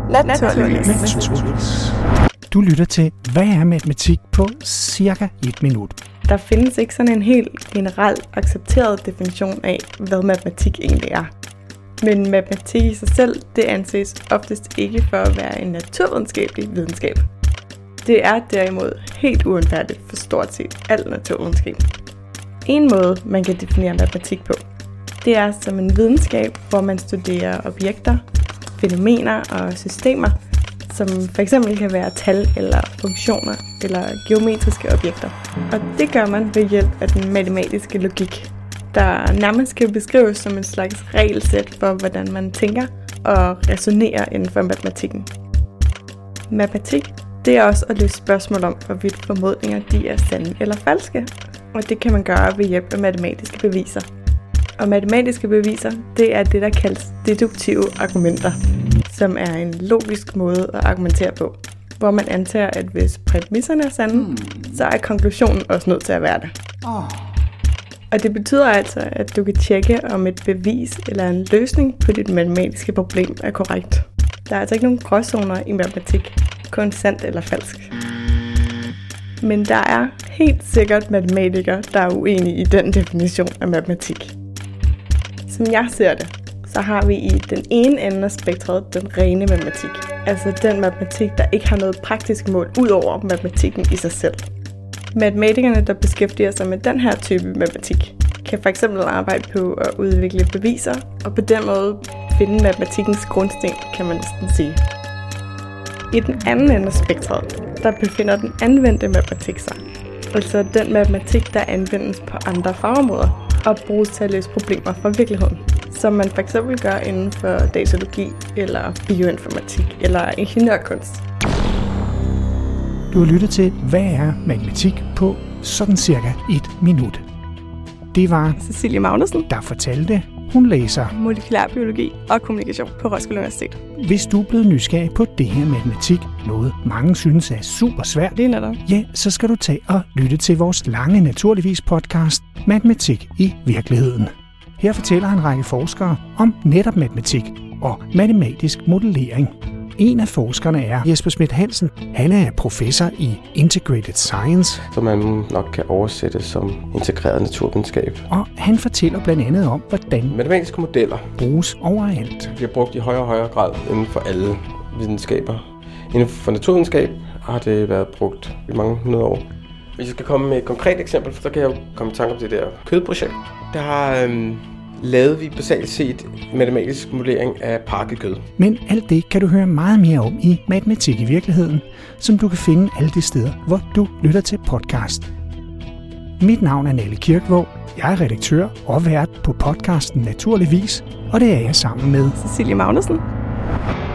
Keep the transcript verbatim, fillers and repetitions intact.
Naturligvis. Du lytter til, hvad er matematik på cirka et minut. Der findes ikke sådan en helt generelt accepteret definition af, hvad matematik egentlig er. Men matematik i sig selv, det anses oftest ikke for at være en naturvidenskabelig videnskab. Det er derimod helt uundværligt for stort set al naturvidenskab. En måde, man kan definere matematik på, det er som en videnskab, hvor man studerer objekter, fænomener og systemer, som f.eks. kan være tal eller funktioner eller geometriske objekter. Og det gør man ved hjælp af den matematiske logik, der nærmest kan beskrives som en slags regelsæt for, hvordan man tænker og resonerer inden for matematikken. Matematik, det er også at løse spørgsmål om, hvorvidt formodninger de er sande eller falske, og det kan man gøre ved hjælp af matematiske beviser. Og matematiske beviser, det er det, der kaldes deduktive argumenter, som er en logisk måde at argumentere på, hvor man antager, at hvis præmisserne er sande, mm. så er konklusionen også nødt til at være det. Oh. Og det betyder altså, at du kan tjekke, om et bevis eller en løsning på dit matematiske problem er korrekt. Der er altså ikke nogen gråzoner i matematik, kun sandt eller falsk. Men der er helt sikkert matematikere, der er uenige i den definition af matematik. Som jeg ser det, så har vi i den ene ende af spektret den rene matematik. Altså den matematik, der ikke har noget praktisk mål ud over matematikken i sig selv. Matematikerne, der beskæftiger sig med den her type matematik, kan fx arbejde på at udvikle beviser, og på den måde finde matematikkens grundsten, kan man næsten sige. I den anden ende af spektret, der befinder den anvendte matematik sig. Altså den matematik, der anvendes på andre fagområder og bruges til at løse problemer fra virkeligheden, som man fx gør inden for datalogi eller bioinformatik eller ingeniørkunst. Du har lyttet til, hvad er matematik på sådan cirka et minut. Det var Cecilie Magnussen, der fortalte. Hun læser molekylærbiologi og kommunikation på Roskilde Universitet. Hvis du er blevet nysgerrig på det her matematik, noget mange synes er super svært, det er det. Ja, så skal du tage og lytte til vores lange Naturligvis podcast, Matematik i virkeligheden. Her fortæller en række forskere om netop matematik og matematisk modellering. En af forskerne er Jesper Schmidt Hansen. Han er professor i Integrated Science, som man nok kan oversætte som integreret naturvidenskab. Og han fortæller blandt andet om, hvordan matematiske modeller bruges overalt. Bliver brugt i højere og højere grad inden for alle videnskaber. Inden for naturvidenskab har det været brugt i mange hundrede år. Hvis jeg skal komme med et konkret eksempel, så kan jeg jo komme i tanke om det der kødprojekt. Der har øhm, lavede vi basalt set matematisk modellering af pakket kød. Men alt det kan du høre meget mere om i Matematik i virkeligheden, som du kan finde alle de steder, hvor du lytter til podcast. Mit navn er Nalle Kirkvåg. Jeg er redaktør og vært på podcasten Naturligvis, og det er jeg sammen med Cecilie Magnussen.